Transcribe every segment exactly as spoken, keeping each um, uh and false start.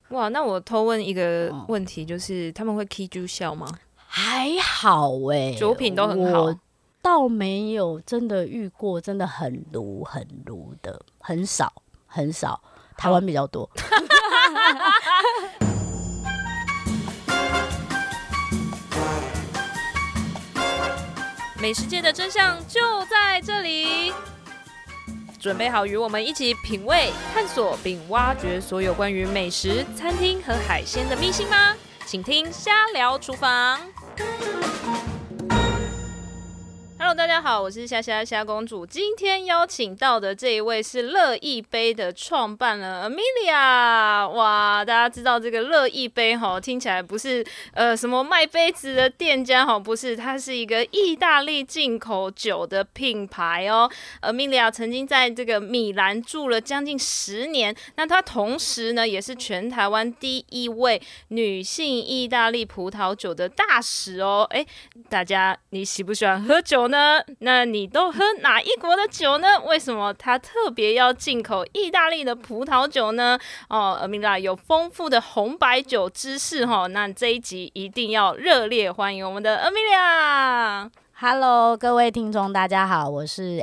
哇，那我偷问一个问题，就是、嗯、他们会 K 猪笑吗？ 还好哎、欸， 酒品都很好。 我倒没有真的遇过真的很炉很炉的，很少很少，台湾比较多。 美食界的真相就在这里，准备好与我们一起品味、探索并挖掘所有关于美食、餐厅和海鲜的秘辛吗？请听瞎聊厨房。Hello， 大家好，我是虾虾虾公主。今天邀请到的这一位是乐意杯的创办人 Amelia。哇，大家知道这个乐意杯哈，听起来不是呃什么卖杯子的店家哈，不是，它是一个意大利进口酒的品牌哦。Amelia 曾经在这个米兰住了将近十年，那她同时呢也是全台湾第一位女性意大利葡萄酒的大使哦。哎，大家你喜不喜欢喝酒呢？那你都喝哪一国的酒呢？为什么它特别要进口意大利的葡萄酒呢？哦，Amelia有丰富的红白酒知识哈，那这一集一定要热烈欢迎我们的 Amelia。Hello， 各位听众，大家好，我是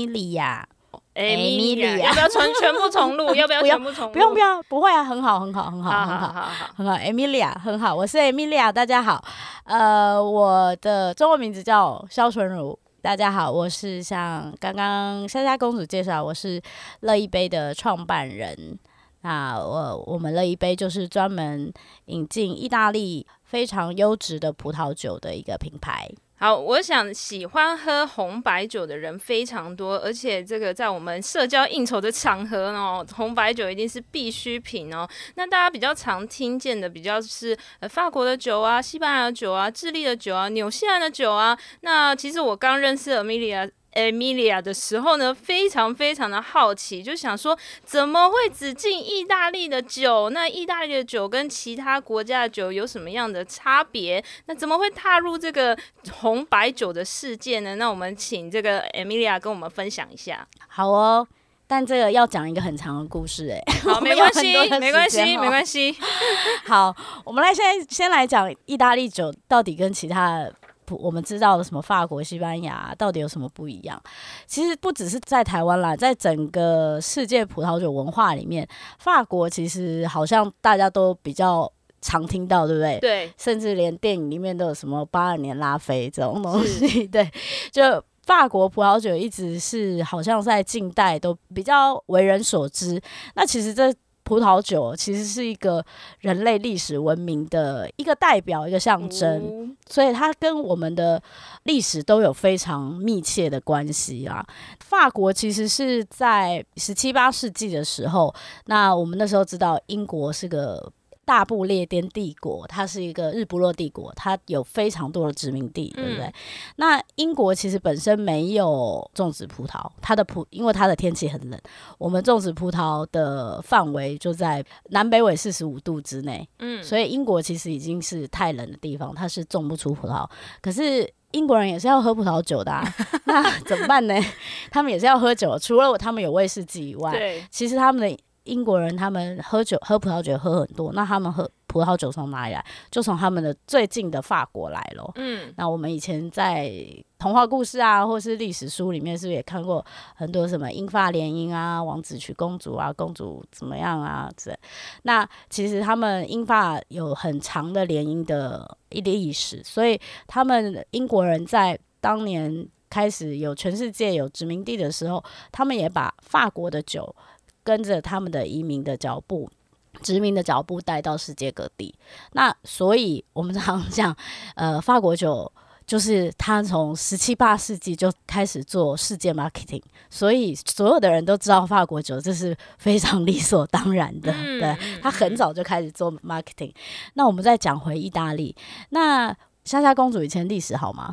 Amelia。Amelia， 要不要全全部重录？要不要全部重录？ 不用不用，不会啊，很好很好很好很好很好很好 ，Amelia 很好，我是 Amelia， 大家好，呃，我的中文名字叫萧纯如。大家好，我是像刚刚虾虾公主介绍，我是乐意杯的创办人。那我我们乐意杯就是专门引进意大利非常优质的葡萄酒的一个品牌。 好，我想喜欢喝红白酒的人非常多，而且这个在我们社交应酬的场合哦，红白酒一定是必需品哦。那大家比较常听见的，比较是呃法国的酒啊、西班牙的酒啊、智利的酒啊、纽西兰的酒啊。那其实我刚认识 Amelia。Amelia 的时候呢，非常非常的好奇，就想说怎么会只进意大利的酒？那意大利的酒跟其他国家的酒有什么样的差别？那怎么会踏入这个红白酒的世界呢？那我们请这个 Amelia 跟我们分享一下。 好哦，但这个要讲一个很长的故事哎、欸。 好，没关系，没关系，没关系。 好，我们来现在先来讲意大利酒到底跟其他的。我们知道的什么法国、西班牙到底有什么不一样？其实不只是在台湾啦，在整个世界葡萄酒文化里面，法国其实好像大家都比较常听到，对不对？ 对， 甚至连电影里面都有什么八二年拉菲这种东西，对，就法国葡萄酒一直是好像在近代都比较为人所知。那其实这葡萄酒其实是一个人类历史文明的一个代表，一个象征、哦，所以它跟我们的历史都有非常密切的关系啊。法国其实是在十七八世纪的时候，那我们那时候知道英国是个大不列颠帝国，它是一个日不落帝国，它有非常多的殖民地，对不对？嗯、那英国其实本身没有种植葡萄，它的葡因为它的天气很冷，我们种植葡萄的范围就在南北纬四十五度之内，嗯，所以英国其实已经是太冷的地方，它是种不出葡萄。可是英国人也是要喝葡萄酒的啊，那怎么办呢？他们也是要喝酒，除了他们有威士忌以外， 对， 其实他们的英国人他们喝酒喝葡萄酒喝很多，那他们喝葡萄酒从哪里来？就从他们的最近的法国来咯。嗯，那我们以前在童话故事啊，或是历史书里面，是不是也看过很多什么英法联姻啊，王子娶公主啊，公主怎么样啊？这那其实他们英法有很长的联姻的一历史，所以他们英国人在当年开始有全世界有殖民地的时候，他们也把法国的酒跟着他们的移民的脚步、殖民的脚步带到世界各地。那所以我们常常讲，呃，法国酒就是他从十七八世纪就开始做世界 marketing， 所以所有的人都知道法国酒，这是非常理所当然的。嗯、对，他很早就开始做 marketing。那我们再讲回意大利，那莎莎公主以前历史好吗？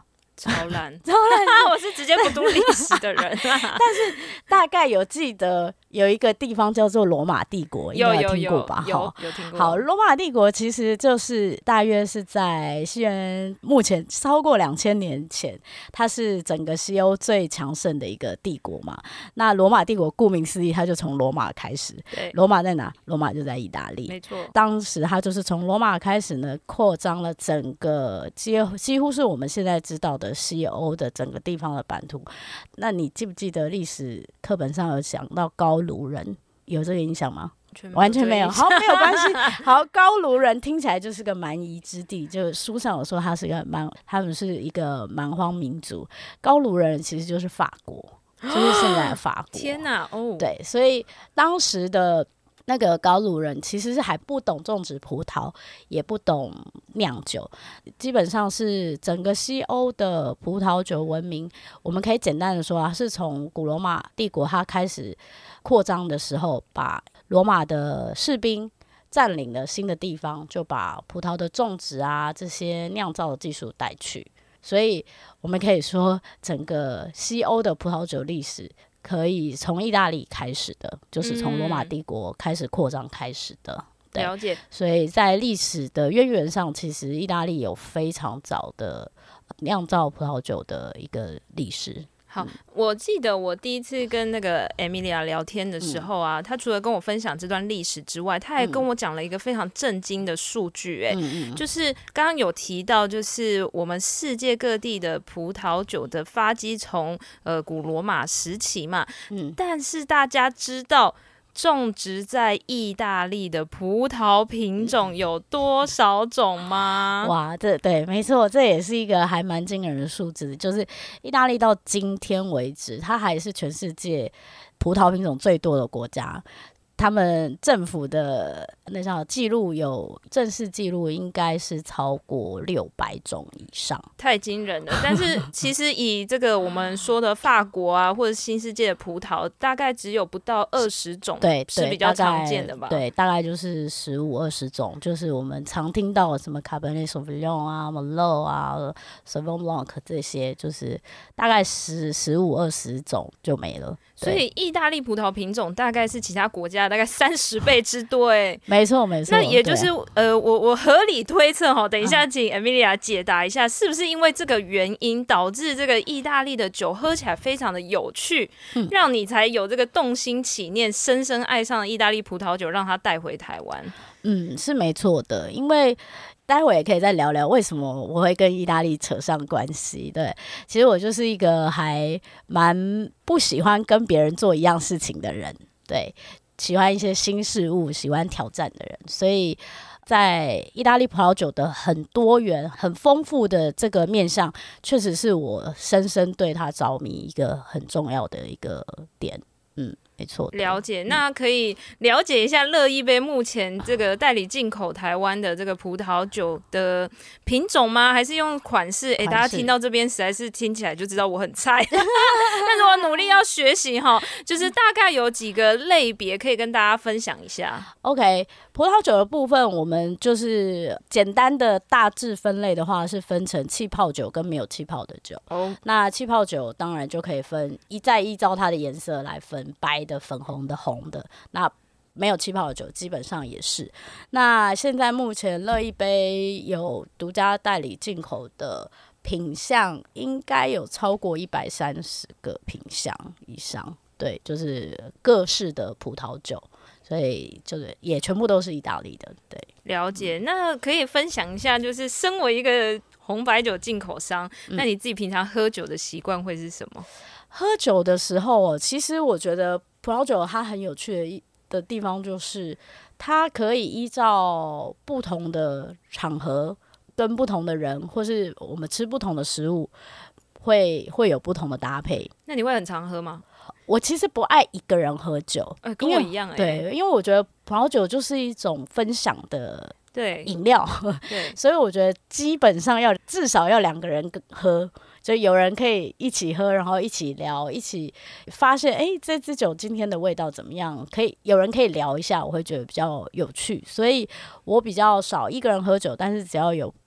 超烂， 超烂， 我是直接不读历史的人、啊。但是大概有记得有一个地方叫做罗马帝国，应该有听过吧？ 有有 有, 有听过。 好，罗马帝国其实就是大约是在西元目前超过两千年前，它是整个西欧最强盛的一个帝国嘛。那罗马帝国顾名思义，它就从罗马开始。 对， 罗马在哪？罗马就在意大利。 没错。 当时它就是从罗马开始呢，扩张了整个几几乎是我们现在知道的西欧的整个地方的版图。那你记不记得历史课本上有讲到高卢人？有这个影响吗？完全没有。好，没有关系。好，高卢人听起来就是个蛮夷之地，就书上有说他是个蛮，他们是一个蛮荒民族。高卢人其实就是法国，就是现在的法国。 天哪！哦， 对，所以当时的那个高卢人其实是还不懂种植葡萄，也不懂酿酒，基本上是整个西欧的葡萄酒文明，我们可以简单的说啊，是从古罗马帝国它开始扩张的时候，把罗马的士兵占领了新的地方，就把葡萄的种植啊这些酿造的技术带去，所以我们可以说整个西欧的葡萄酒历史可以从意大利开始的，就是从罗马帝国开始扩张开始的。对， 了解。 所以在历史的渊源上，其实意大利有非常早的酿造葡萄酒的一个历史。 好，我记得我第一次跟那个 Emilia 聊天的时候啊，她、嗯、除了跟我分享这段历史之外，她还跟我讲了一个非常震惊的数据、欸，嗯、就是刚刚有提到，就是我们世界各地的葡萄酒的发迹从呃古罗马时期嘛，嗯、但是大家知道种植在意大利的葡萄品种有多少种吗？ 哇，这对，没错，这也是一个还蛮惊人的数字。就是意大利到今天为止，它还是全世界葡萄品种最多的国家。他们政府的那叫记录有正式记录，应该是超过六百种以上， 太惊人了。但是其实以这个我们说的法国啊，或者新世界的葡萄，大概只有不到二十种， 对， 是比较常见的吧？ 对，大概就是十五二十种，就是我们常听到的什么 Cabernet Sauvignon 啊、Merlot 啊、Sauvignon Blanc 这些，就是大概十十五二十种就没了。 所以意大利葡萄品种大概是其他国家大概三十倍之多，哎， 没错没错。 那也就是呃，我我合理推测哈，等一下请 Emilia 解答一下，是不是因为这个原因导致这个意大利的酒喝起来非常的有趣，嗯、让你才有这个动心起念，深深爱上了意大利葡萄酒，让它带回台湾？ 嗯，是没错的，因为待会也可以再聊聊为什么我会跟意大利扯上关系。对，其实我就是一个还蛮不喜欢跟别人做一样事情的人，对，喜欢一些新事物，喜欢挑战的人，所以在意大利葡萄酒的很多元、很丰富的这个面向，确实是我深深对它着迷一个很重要的一个点。嗯，没错。 了解，那可以了解一下乐意杯目前这个代理进口台湾的这个葡萄酒的品种吗？还是用款式？哎、欸，大家听到这边实在是听起来就知道我很菜，但是我努力要学习哈。就是大概有几个类别可以跟大家分享一下。 OK， 葡萄酒的部分，我们就是简单的大致分类的话，是分成气泡酒跟没有气泡的酒。哦，那气泡酒当然就可以分一再依照它的颜色来分。白的、粉红的、红的，那没有气泡的酒基本上也是。那现在目前乐意杯有独家代理进口的品项，应该有超过一百三十个品项以上。对，就是各式的葡萄酒，所以就是也全部都是意大利的。对， 了解。那可以分享一下，就是身为一个红白酒进口商，嗯、那你自己平常喝酒的习惯会是什么？ 喝酒的时候，其实我觉得葡萄酒它很有趣的的地方，就是它可以依照不同的场合、跟不同的人，或是我们吃不同的食物，会会有不同的搭配。 那你会很常喝吗？ 我其实不爱一个人喝酒， 欸、跟我一样哎、欸。 对，因为我觉得葡萄酒就是一种分享的对饮料， 对， 所以我觉得基本上要至少要两个人喝。就有人可以一起喝，然后一起聊，一起发现，哎，这支酒今天的味道怎么样？可以有人可以聊一下，我会觉得比较有趣。所以我比较少一个人喝酒，但是只要有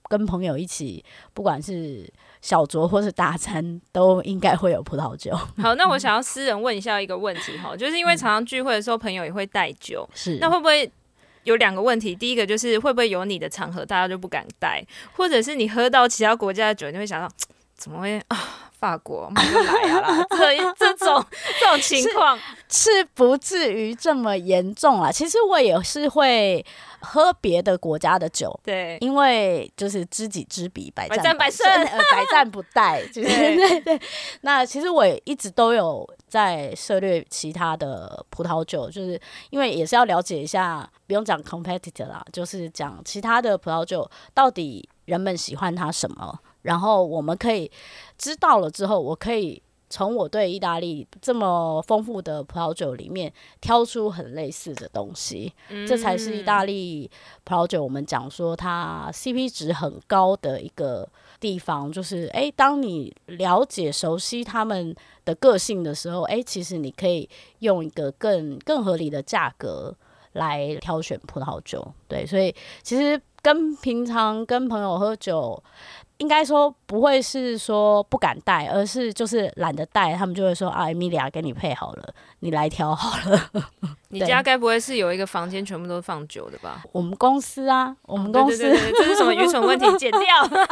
跟朋友一起，不管是小酌或是大餐，都应该会有葡萄酒。 好，那我想要私人问一下一个问题哈，就是因为常常聚会的时候，朋友也会带酒， 是那会不会有两个问题？第一个就是会不会有你的场合大家就不敢带，或者是你喝到其他国家的酒，你会想到怎么会啊？法国马上来啊啦，这这种这种情况是, 是不至于这么严重啦。其实我也是会喝别的国家的酒， 对， 因为就是知己知彼，百战百胜， 呃、百战不殆。就是对对对。那其实我也一直都有在涉猎其他的葡萄酒，就是因为也是要了解一下，不用讲 competitor 啦，就是讲其他的葡萄酒到底人们喜欢它什么。然后我们可以知道了之后，我可以从我对意大利这么丰富的葡萄酒里面挑出很类似的东西，嗯、这才是意大利葡萄酒我们讲说它 C P 值很高的一个地方。就是哎，当你了解熟悉他们的个性的时候，哎，其实你可以用一个更更合理的价格来挑选葡萄酒。对，所以其实跟平常跟朋友喝酒，应该说不会是说不敢带，而是就是懒得带，他们就会说啊 ，Emilia 给你配好了，你来挑好了。 你家该不会是有一个房间全部都放酒的吧？ 我们公司啊，我们公司， 对对对对，这是什么愚蠢问题？剪掉。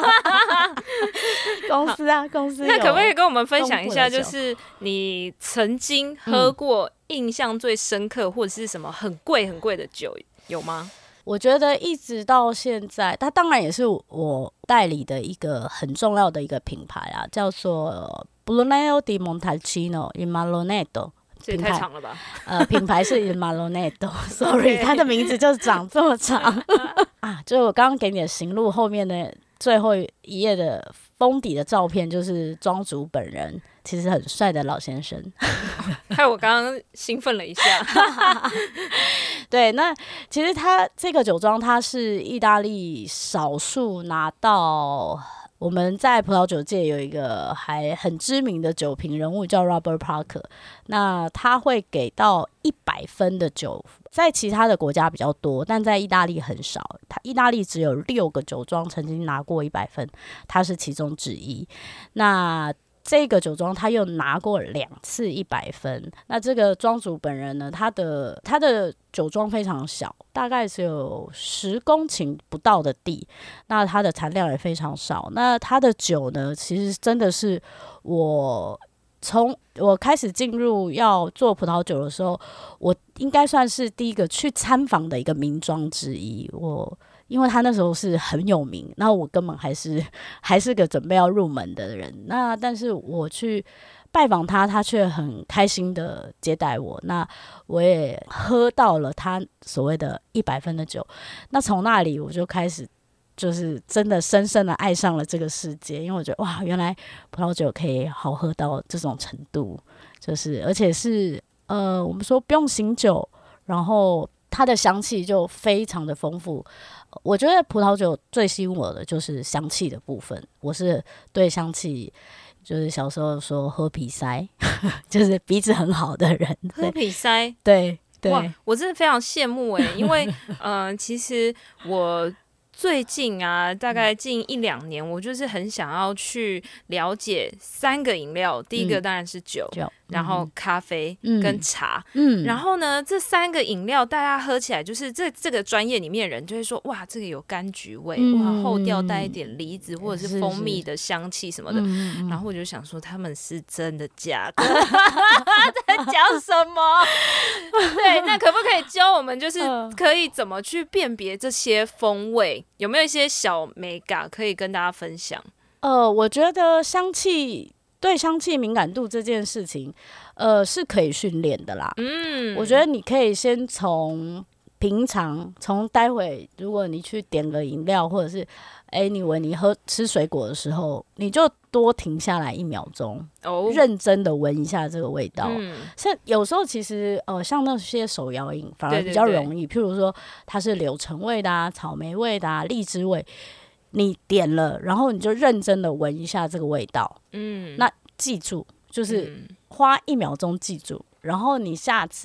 公司啊，公司。 那可不可以跟我们分享一下，就是你曾经喝过印象最深刻，或者是什么很贵很贵的酒，有吗？ 我觉得一直到现在，它当然也是我代理的一个很重要的一个品牌啊，叫做 Brunello di Montalcino in Malonetto。 这也太长了吧？ 呃，品牌是 in Malonetto，sorry， 它的名字就是长这么长啊！就是我刚刚给你的行路后面的最后一页的封底的照片，就是庄主本人，其实很帅的老先生。 害我刚刚兴奋了一下。 对，那其实他这个酒庄，它是意大利少数拿到我们在葡萄酒界有一个还很知名的酒评人物叫 Robert Parker， 那他会给到一百分的酒，在其他的国家比较多，但在意大利很少。他意大利只有六个酒庄曾经拿过一百分，他是其中之一。那这个酒庄他又拿过两次一百分。那这个庄主本人呢，他的他的酒庄非常小，大概只有十公顷不到的地，那它的产量也非常少。那他的酒呢，其实真的是我从我开始进入要做葡萄酒的时候，我应该算是第一个去参访的一个名庄之一。我因为他那时候是很有名，那我根本还是还是个准备要入门的人。那但是我去拜访他，他却很开心的接待我。那我也喝到了他所谓的一百分的酒。那从那里我就开始就是真的深深的爱上了这个世界，因为我觉得哇，原来葡萄酒可以好喝到这种程度，就是而且是呃，我们说不用醒酒，然后它的香气就非常的丰富。我觉得葡萄酒最吸引我的就是香气的部分，我是对香气就是小时候说喝鼻塞，就是鼻子很好的人。 喝鼻塞， 对对， 哇，我真的非常羡慕哎、欸，因为嗯、呃，其实我最近啊，大概近一两年，我就是很想要去了解三个饮料。第一个当然是酒， 酒然后咖啡跟茶。 嗯， 然后呢，这三个饮料大家喝起来，就是这这个专业里面的人就会说，哇，这个有柑橘味，嗯、哇，后调带一点梨子或者是蜂蜜的香气什么的。 是是， 然后我就想说，他们是真的假的？在讲什么？对，那可不可以教我们，就是可以怎么去辨别这些风味？有没有一些小美感可以跟大家分享？ 呃，我觉得香气对香气敏感度这件事情，呃，是可以训练的啦。嗯，我觉得你可以先从平常，从待会如果你去点个饮料，或者是哎，你闻你喝吃水果的时候，你就多停下来一秒钟，哦，认真的闻一下这个味道。嗯，像有时候其实呃，像那些手摇饮反而比较容易，对对对，譬如说它是柳橙味的啊、草莓味的啊、荔枝味。你点了，然后你就认真的闻一下这个味道，嗯，那记住，就是花一秒钟记住，然后你下次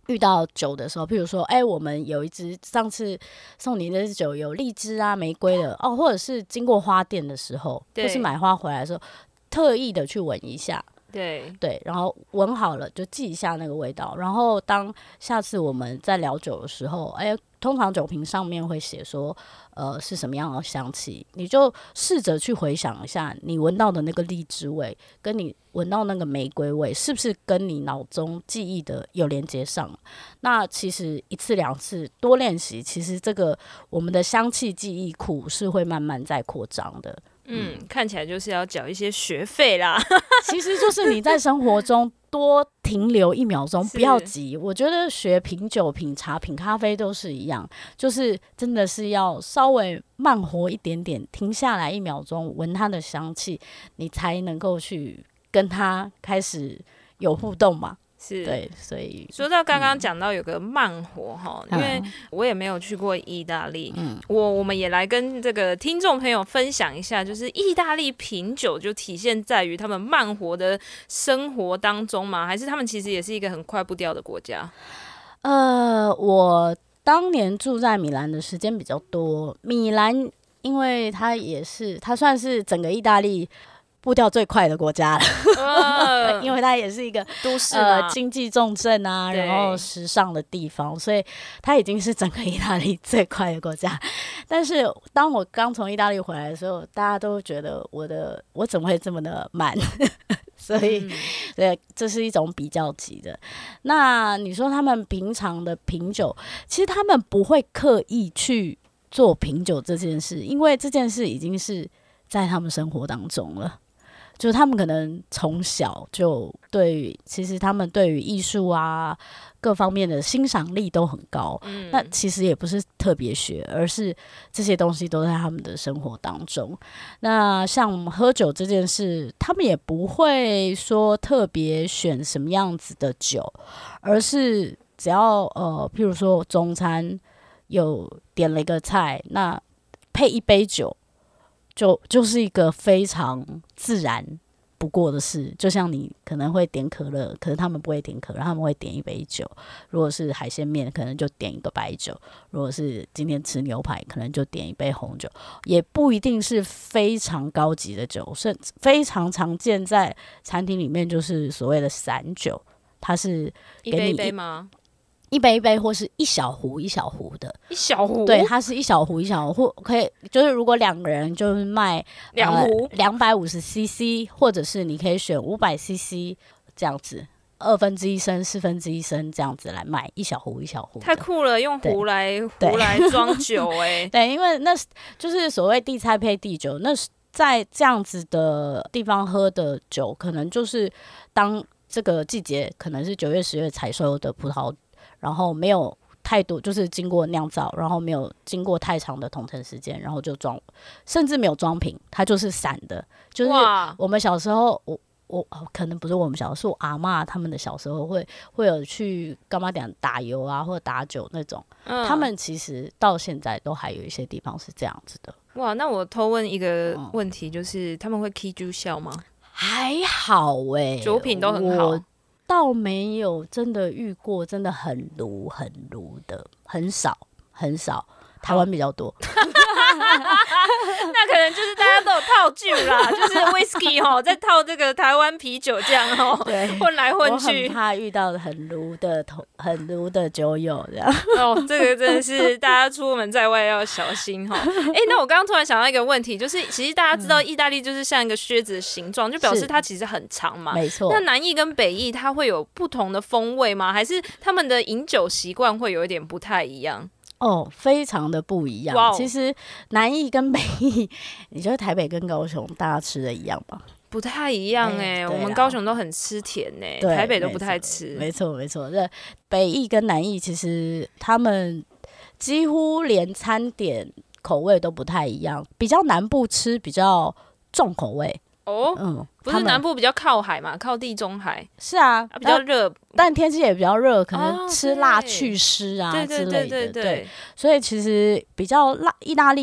遇到酒的时候，譬如说，哎、欸，我们有一支上次送你那支酒有荔枝啊、玫瑰的哦，或者是经过花店的时候，或是买花回来的时候，特意的去闻一下。 对对，然后闻好了就记一下那个味道，然后当下次我们在聊酒的时候，哎，通常酒瓶上面会写说，呃，是什么样的香气，你就试着去回想一下，你闻到的那个荔枝味，跟你闻到那个玫瑰味，是不是跟你脑中记忆的有连接上？那其实一次两次多练习，其实这个我们的香气记忆库是会慢慢在扩张的。 嗯，看起来就是要缴一些学费啦。 其实就是你在生活中多停留一秒钟，不要急。我觉得学品酒、品茶、品咖啡都是一样，就是真的是要稍微慢活一点点，停下来一秒钟，闻它的香气，你才能够去跟它开始有互动嘛。 是， 对，所以说到刚刚讲到有个慢活哈、嗯，因为我也没有去过意大利，嗯，我我们也来跟这个听众朋友分享一下，就是意大利品酒就体现在于他们慢活的生活当中吗？还是他们其实也是一个很快步调的国家？ 呃，我当年住在米兰的时间比较多，米兰因为它也是，它算是整个意大利步调最快的国家了，呃、因为它也是一个都市呃经济重镇啊，然后时尚的地方，所以它已经是整个意大利最快的国家。但是当我刚从意大利回来的时候，大家都觉得我的我怎么会这么的慢？所以，嗯、对，这是一种比较级的。那你说他们平常的品酒，其实他们不会刻意去做品酒这件事，因为这件事已经是在他们生活当中了。就是他们可能从小就对于，其实他们对于艺术啊各方面的欣赏力都很高、嗯、那其实也不是特别学，而是这些东西都在他们的生活当中。那像喝酒这件事，他们也不会说特别选什么样子的酒，而是只要呃譬如说中餐有点了一个菜，那配一杯酒就就是一个非常自然不过的事，就像你可能会点可乐，可是他们不会点可乐，他们会点一杯酒。如果是海鲜面，可能就点一个白酒；如果是今天吃牛排，可能就点一杯红酒。也不一定是非常高级的酒，甚至非常常见在餐厅里面，就是所谓的散酒，它是给你一杯一杯吗？ 一杯一杯或是一小壶一小壶的， 一小壶， 对，它是一小壶一小壶，可以就是如果两个人就是卖两壶两百五十 C C， 或者是你可以选五百 C C 这样子，二分之一升、四分之一升这样子来卖，一小壶一小壶， 太酷了，用壶来壶来装酒哎、欸， 对，因为那就是所谓地菜配地酒，那在这样子的地方喝的酒，可能就是当这个季节可能是九月、十月采收的葡萄。然后没有太多，就是经过酿造，然后没有经过太长的桶陈时间，然后就装，甚至没有装瓶，它就是散的。就是我们小时候，我我、哦、可能不是我们小时候，是我阿嬷他们的小时候会会有去干嘛点打油啊，或者打酒那种、嗯。他们其实到现在都还有一些地方是这样子的。 哇，那我偷问一个问题，就是、嗯、他们会 K 酒笑吗？ 还好哎、欸， 酒品都很好。 倒没有真的遇过真的很炉很炉的，很少很少，台湾比较多。 那可能就是大家都有套句啦，就是 whisky 齁在套这个台湾啤酒这样齁，对，混来混去。 我很怕遇到很炉的很炉的酒友这样。 哦，这个真的是大家出门在外要小心齁。哎、欸，那我刚刚突然想到一个问题，就是其实大家知道意大利就是像一个靴子的形状，就表示它其实很长嘛。 没错。 那南意跟北意它会有不同的风味吗？还是他们的饮酒习惯会有一点不太一样？ 哦，非常的不一样。Wow. 其实南意跟北意，你觉得台北跟高雄大家吃的一样吗？ 不太一样哎、欸，我们高雄都很吃甜哎、欸，台北都不太吃。 没错没错，这北意跟南意其实他们几乎连餐点口味都不太一样，比较南部吃比较重口味。 哦，嗯，不是南部比较靠海嘛，靠地中海。 是啊， 啊比较热， 但天气也比较热，可能吃辣祛湿啊之类的。对对对对对，所以其实比较辣，意大利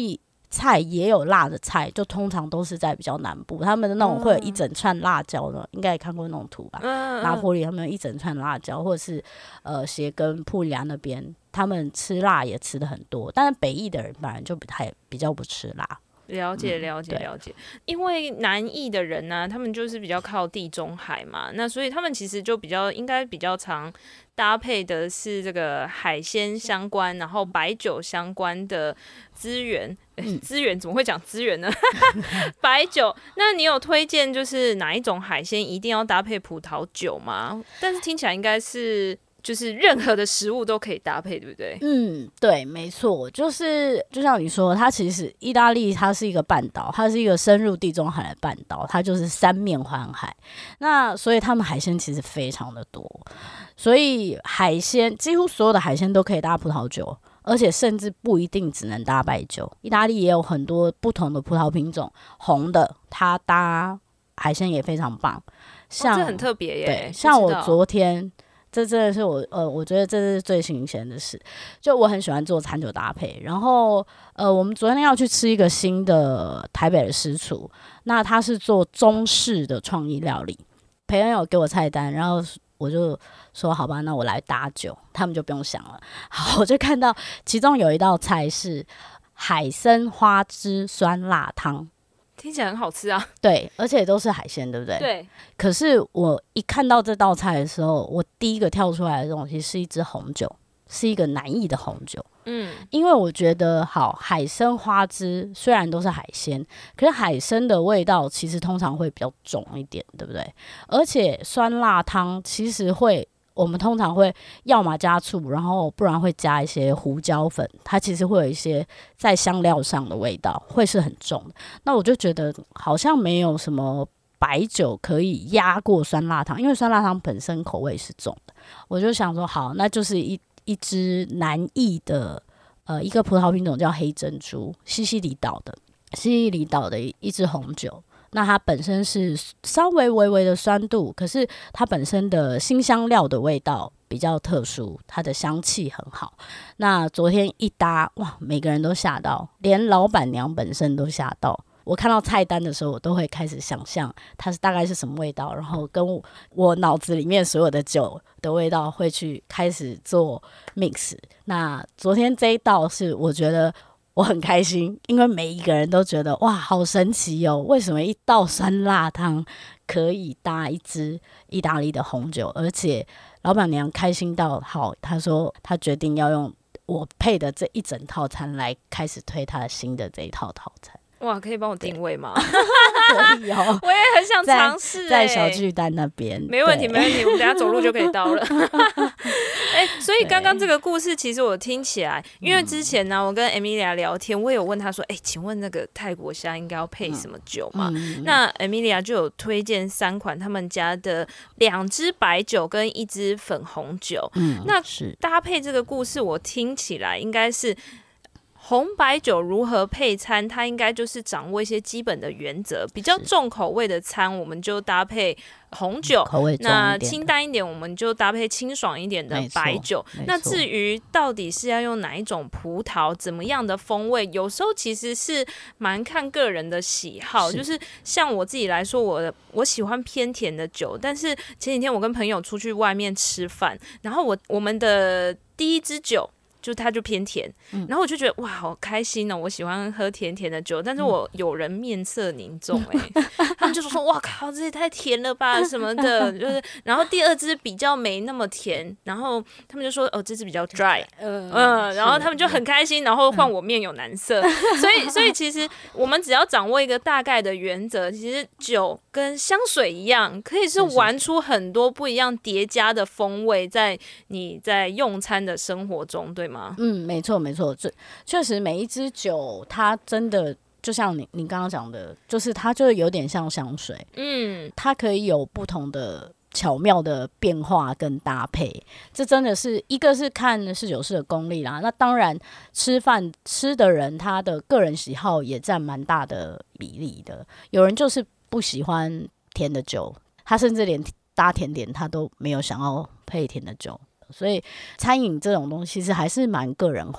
菜也有辣的菜，就通常都是在比较南部，他们的那种会有一整串辣椒的，嗯、应该也看过那种图吧？嗯、拿坡里他们有一整串辣椒，或者是呃鞋跟普里亚那边，他们吃辣也吃的很多，但是北义的人本来就不太比较不吃辣。 了解了解了解，因为南义的人呢、啊，他们就是比较靠地中海嘛，那所以他们其实就比较应该比较常搭配的是这个海鲜相关，然后白酒相关的资源。资源怎么会讲资源呢？白酒，那你有推荐就是哪一种海鲜一定要搭配葡萄酒吗？但是听起来应该是。就是任何的食物都可以搭配，对不对？ 嗯，对，没错，就是就像你说，它其实意大利它是一个半岛，它是一个深入地中海的半岛，它就是三面环海，那所以他们海鲜其实非常的多，所以海鲜几乎所有的海鲜都可以搭葡萄酒，而且甚至不一定只能搭白酒。意大利也有很多不同的葡萄品种，红的它搭海鲜也非常棒，像、 哦、这很特别耶。 对，像我昨天。这真的是我呃，我觉得这是最新鲜的事。就我很喜欢做餐酒搭配，然后呃，我们昨天要去吃一个新的台北的师厨，那他是做中式的创意料理。培恩有给我菜单，然后我就说好吧，那我来搭酒，他们就不用想了。好，我就看到其中有一道菜是海参花枝酸辣汤。 听起来很好吃啊， 对，而且都是海鲜，对不对？ 对。 可是我一看到这道菜的时候，我第一个跳出来的东西是一支红酒，是一个南义的红酒。嗯，因为我觉得，好，海参花枝虽然都是海鲜，可是海参的味道其实通常会比较重一点，对不对？而且酸辣汤其实会。我们通常会要么加醋，然后不然会加一些胡椒粉，它其实会有一些在香料上的味道，会是很重的。那我就觉得好像没有什么白酒可以压过酸辣汤，因为酸辣汤本身口味是重的。我就想说，好，那就是一一支南义的呃一个葡萄品种叫黑珍珠，西西里岛的西西里岛的一支红酒。那它本身是稍微微微的酸度，可是它本身的辛香料的味道比较特殊，它的香气很好。那昨天一搭，哇，每个人都吓到，连老板娘本身都吓到。我看到菜单的时候，我都会开始想象它是大概是什么味道，然后跟 我, 我脑子里面所有的酒的味道会去开始做 mix。那昨天这一道是我觉得。我很开心，因为每一个人都觉得哇，好神奇哦！为什么一道酸辣汤可以搭一支意大利的红酒？而且老板娘开心到好，她说她决定要用我配的这一整套餐来开始推她的新的这一套套餐。 哇，可以帮我定位吗？ 可以哦， 我也很想尝试、欸， 在小巨蛋那边， 没问题，没问题，我们等一下走路就可以到了。哎、欸，所以刚刚这个故事，其实我听起来，因为之前呢，我跟 Emilia 聊天，我有问她说，哎、欸，请问那个泰国虾应该要配什么酒嘛？嗯、那 Emilia 就有推荐三款他们家的两支白酒跟一支粉红酒。嗯，那搭配这个故事，我听起来应该是。红白酒如何配餐，它应该就是掌握一些基本的原则。比较重口味的餐，我们就搭配红酒； 口味重一点那清淡一点，我们就搭配清爽一点的白酒。那至于到底是要用哪一种葡萄，怎么样的风味，有时候其实是蛮看个人的喜好。是就是像我自己来说，我我喜欢偏甜的酒，但是前几天我跟朋友出去外面吃饭，然后我我们的第一支酒。就它就偏甜，嗯、然后我就觉得哇，好开心哦！我喜欢喝甜甜的酒，但是我有人面色凝重哎、欸，嗯、他们就说哇靠，这也太甜了吧什么的，就是。然后第二支比较没那么甜，然后他们就说哦，这支比较 dry， 嗯嗯，然后他们就很开心，然后换我面有难色，嗯、所以所以其实我们只要掌握一个大概的原则，其实酒跟香水一样，可以是玩出很多不一样叠加的风味，在你在用餐的生活中，对。 嗯，没错没错，确实每一支酒它真的就像你你刚刚讲的，就是它就有点像香水，嗯，它可以有不同的巧妙的变化跟搭配，这真的是一个是看侍酒师的功力啦，那当然吃饭吃的人他的个人喜好也占蛮大的比例的，有人就是不喜欢甜的酒，他甚至连搭甜点他都没有想要配甜的酒。所以餐饮这种东西其实还是蛮个人化，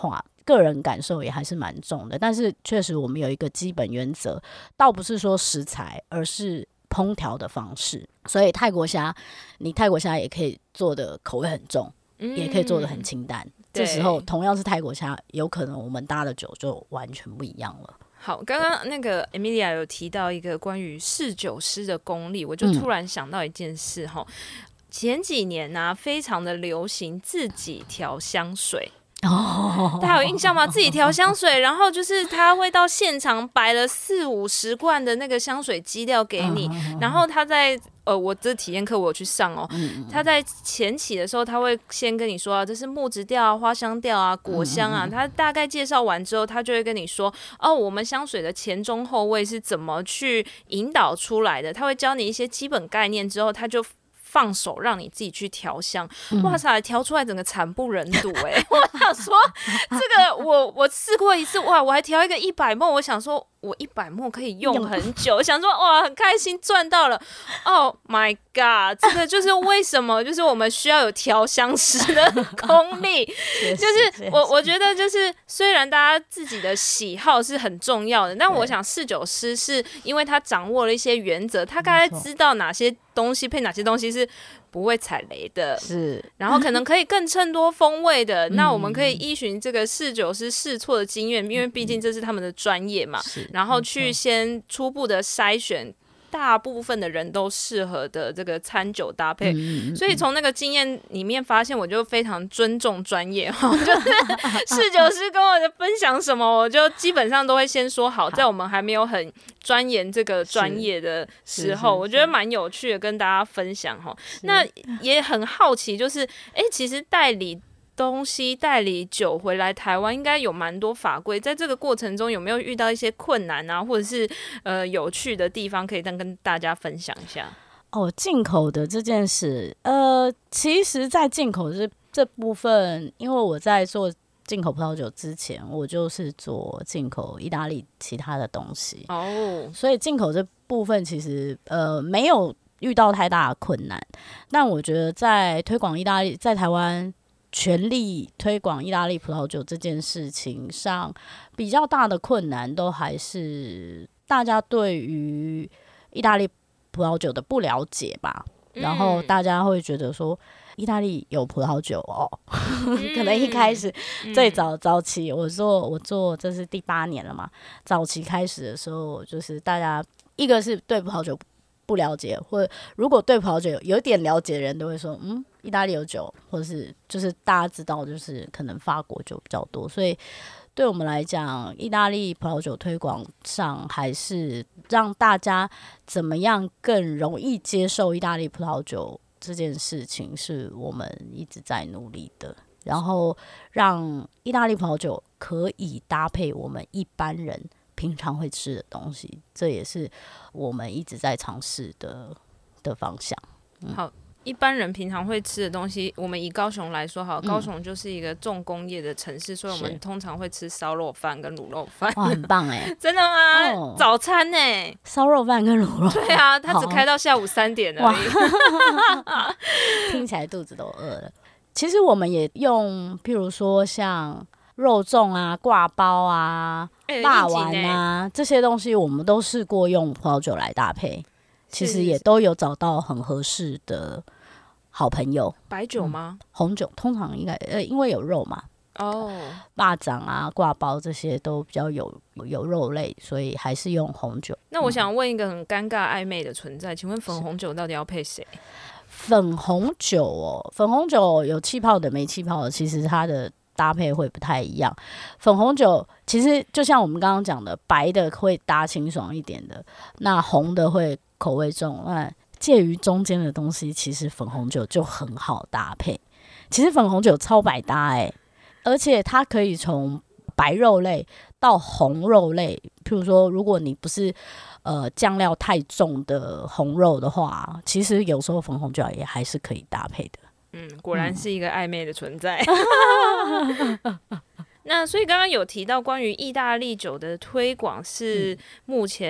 个人感受也还是蛮重的。但是确实我们有一个基本原则，倒不是说食材，而是烹调的方式。所以泰国虾，你泰国虾也可以做的口味很重，嗯、也可以做的很清淡。这时候同样是泰国虾，有可能我们搭的酒就完全不一样了。 好，刚刚那个 Emilia 有提到一个关于侍酒师的功力，我就突然想到一件事哈、嗯，前几年啊，非常的流行自己调香水。哦，大家有印象吗？自己调香水，然后就是他会到现场摆了四五十罐的那个香水基调给你，然后他在呃，我这体验课我有去上哦，他在前期的时候，他会先跟你说啊，这是木质调啊、花香调啊、果香啊，他大概介绍完之后，他就会跟你说，哦，我们香水的前中后味是怎么去引导出来的，他会教你一些基本概念之后，他就放手让你自己去调香，嗯、哇塞，调出来整个惨不忍睹哎、欸！我想说，这个我我试过一次，哇，我还调一个一百毫升，我想说我一百毫升可以用很久，我想说哇，很开心赚到了。Oh my god， 这个就是为什么就是我们需要有调香师的功力，就是我我觉得就是虽然大家自己的喜好是很重要的，但我想侍酒师是因为他掌握了一些原则，他大概知道哪些东西配哪些东西是不会踩雷的， 是， 然后可能可以更衬多风味的。嗯、那我们可以依循这个侍酒师试错的经验，因为毕竟这是他们的专业嘛，然后去先初步的筛选。大部分的人都适合的这个餐酒搭配，嗯、所以从那个经验里面发现，我就非常尊重专业哈，就是侍酒师跟我的分享什么，我就基本上都会先说好，在我们还没有很钻研这个专业的时候，我觉得蛮有趣的，跟大家分享哈。那也很好奇，就是哎、欸，其实代理东西代理酒回来台湾应该有蛮多法规，在这个过程中有没有遇到一些困难啊，或者是呃有趣的地方可以跟大家分享一下？ 哦，进口的这件事，呃，其实在进口这这部分，因为我在做进口葡萄酒之前，我就是做进口意大利其他的东西哦，所以进口这部分其实呃没有遇到太大的困难。但我觉得在推广意大利，在台湾全力推广意大利葡萄酒这件事情上，比较大的困难都还是大家对于意大利葡萄酒的不了解吧。然后大家会觉得说，意大利有葡萄酒哦，可能一开始最早早期我做我做这是第八年了嘛，早期开始的时候，就是大家一个是对葡萄酒不了解，或者如果对葡萄酒有点了解的人都会说，嗯，意大利有酒，或者是就是大家知道就是可能法国酒比较多，所以对我们来讲，意大利葡萄酒推广上还是让大家怎么样更容易接受意大利葡萄酒这件事情，是我们一直在努力的。然后让意大利葡萄酒可以搭配我们一般人平常会吃的东西，这也是我们一直在尝试的的方向。嗯、 好。一般人平常会吃的东西，我们以高雄来说好，高雄就是一个重工业的城市，嗯、所以我们通常会吃烧肉饭跟卤肉饭。 哇，很棒哎！ 真的吗？哦、早餐哎， 烧肉饭跟卤肉饭。 对啊，它只开到下午三点而已。 听起来肚子都饿了。其实我们也用，譬如说像肉粽啊、挂包啊、辣丸啊、欸、这些东西，我们都试过用葡萄酒来搭配。其实也都有找到很合适的好朋友。 白酒吗？ 嗯、红酒通常应该呃，因为有肉嘛。哦，腊肠啊、挂包这些都比较有有肉类，所以还是用红酒。 那我想问一个很尴尬暧昧的存在，请问粉红酒到底要配谁？ 粉红酒哦，粉红酒有气泡的没气泡的，其实它的搭配会不太一样。粉红酒其实就像我们刚刚讲的，白的会搭清爽一点的，那红的会口味重，那介于中间的东西，其实粉红酒就很好搭配。其实粉红酒超百搭哎、欸，而且它可以从白肉类到红肉类，譬如说，如果你不是呃酱料太重的红肉的话，其实有时候粉红酒也还是可以搭配的。 嗯，果然是一个暧昧的存在。嗯那所以刚刚有提到关于意大利酒的推广是目前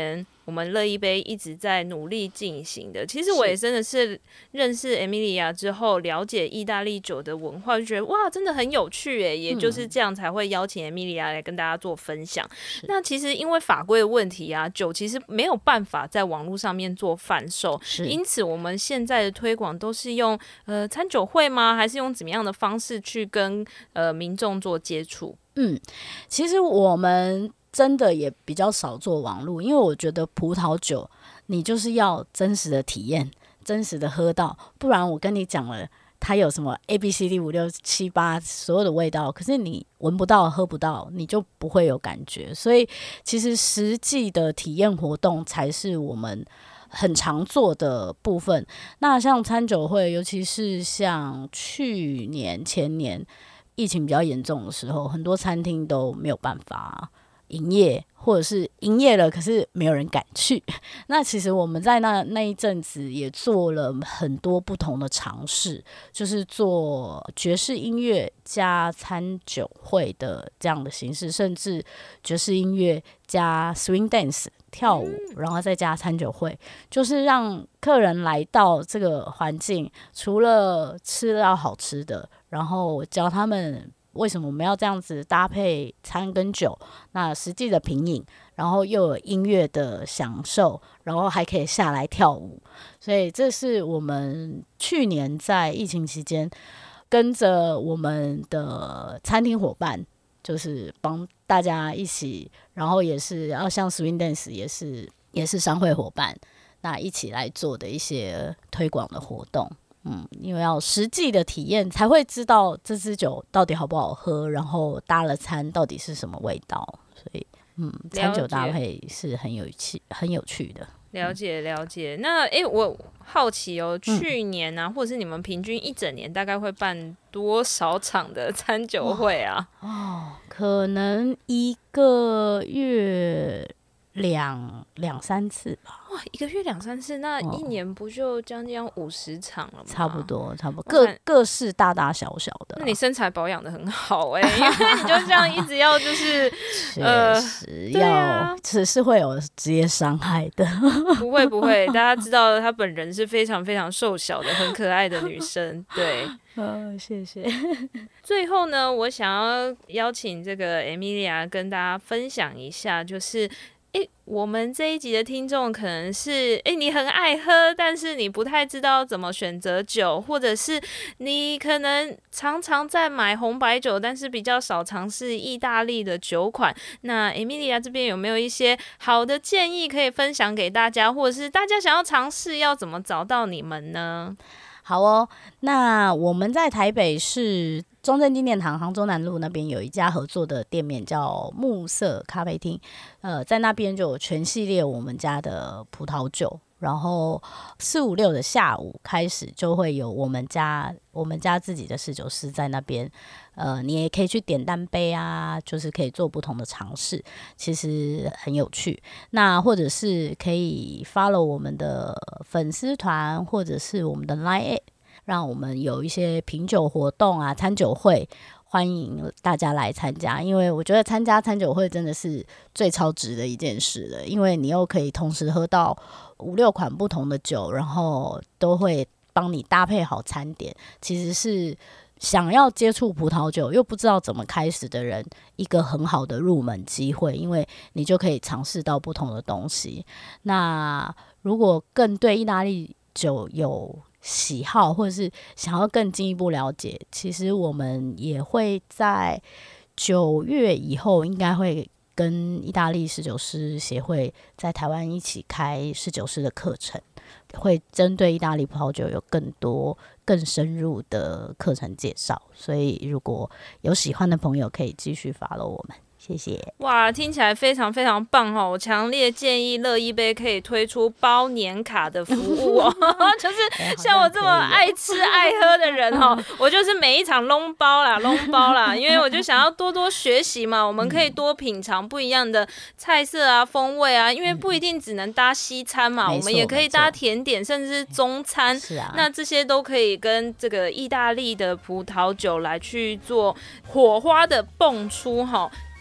我们乐一杯一直在努力进行的。其实我也真的是认识 Emilia 之后，了解意大利酒的文化，就觉得哇，真的很有趣耶！也就是这样才会邀请 Emilia 来跟大家做分享。那其实因为法规的问题啊，酒其实没有办法在网络上面做贩售，因此我们现在的推广都是用呃餐酒会吗？还是用怎么样的方式去跟呃民众做接触？ 嗯，其实我们真的也比较少做网络，因为我觉得葡萄酒你就是要真实的体验，真实的喝到，不然我跟你讲了它有什么 A B C D 五六七八所有的味道，可是你闻不到喝不到，你就不会有感觉。所以其实实际的体验活动才是我们很常做的部分。那像餐酒会，尤其是像去年前年疫情比较严重的时候，很多餐厅都没有办法营业，或者是营业了可是没有人敢去。那其实我们在那那一阵子也做了很多不同的尝试，就是做爵士音乐加餐酒会的这样的形式，甚至爵士音乐加 swing dance 跳舞，然后再加餐酒会，就是让客人来到这个环境，除了吃到好吃的，然后教他们为什么我们要这样子搭配餐跟酒，那实际的品饮，然后又有音乐的享受，然后还可以下来跳舞。所以这是我们去年在疫情期间跟着我们的餐厅伙伴，就是帮大家一起，然后也是要像 Swing Dance 也是也是商会伙伴，那一起来做的一些推广的活动。嗯，因为要实际的体验才会知道这支酒到底好不好喝，然后搭了餐到底是什么味道，所以嗯，餐酒搭配是很有趣很有趣的。 了解了解。那诶，我好奇哦，去年啊，嗯、或者是你们平均一整年大概会办多少场的餐酒会啊？ 哦，哦可能一个月两两三次吧。 哇，一个月两三次，那一年不就将近五十场了吗？ 差不多，差不多，各各式大大小小的、啊。 那你身材保养的很好哎、欸，因为你就这样一直要就是确实要， 啊、 只是会有职业伤害的。 不会不会，大家知道她本人是非常非常瘦小的、很可爱的女生。对， 呃，谢谢。 最后呢，我想要邀请这个 Emilia 跟大家分享一下，就是。诶，我们这一集的听众可能是诶，你很爱喝，但是你不太知道怎么选择酒，或者是你可能常常在买红白酒，但是比较少尝试意大利的酒款。那 Emilia 这边有没有一些好的建议可以分享给大家，或者是大家想要尝试要怎么找到你们呢？ 好哦，那我们在台北市中正纪念堂杭州南路那边有一家合作的店面叫暮色咖啡厅，呃，在那边就有全系列我们家的葡萄酒，然后四五六的下午开始就会有我们家我们家自己的侍酒师在那边，呃，你也可以去点单杯啊，就是可以做不同的尝试，其实很有趣。那或者是可以 follow 我们的粉丝团，或者是我们的 Line， 让我们有一些品酒活动啊、餐酒会，欢迎大家来参加。因为我觉得参加餐酒会真的是最超值的一件事了，因为你又可以同时喝到五六款不同的酒，然后都会帮你搭配好餐点，其实是想要接触葡萄酒又不知道怎么开始的人一个很好的入门机会，因为你就可以尝试到不同的东西。那如果更对意大利酒有喜好，或者是想要更进一步了解，其实我们也会在九月以后应该会跟意大利侍酒师协会在台湾一起开侍酒师的课程，会针对意大利葡萄酒有更多更深入的课程介绍，所以如果有喜欢的朋友可以继续 follow 我们。谢谢。 哇，听起来非常非常棒哦！我强烈建议乐一杯可以推出包年卡的服务哦，就是像我这么爱吃爱喝的人哦，我就是每一场拢包啦，拢包啦，因为我就想要多多学习嘛，我们可以多品尝不一样的菜色啊、风味啊，因为不一定只能搭西餐嘛，嗯、我们也可以搭甜点，甚至是中餐。是啊，那这些都可以跟这个意大利的葡萄酒来去做火花的蹦出哈。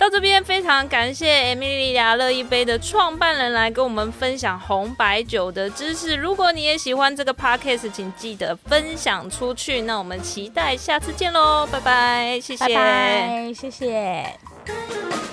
到这边非常感谢 Emilia 乐意杯的创办人来跟我们分享红白酒的知识。如果你也喜欢这个 podcast， 请记得分享出去。那我们期待下次见喽，拜拜，谢谢， 拜拜，谢谢。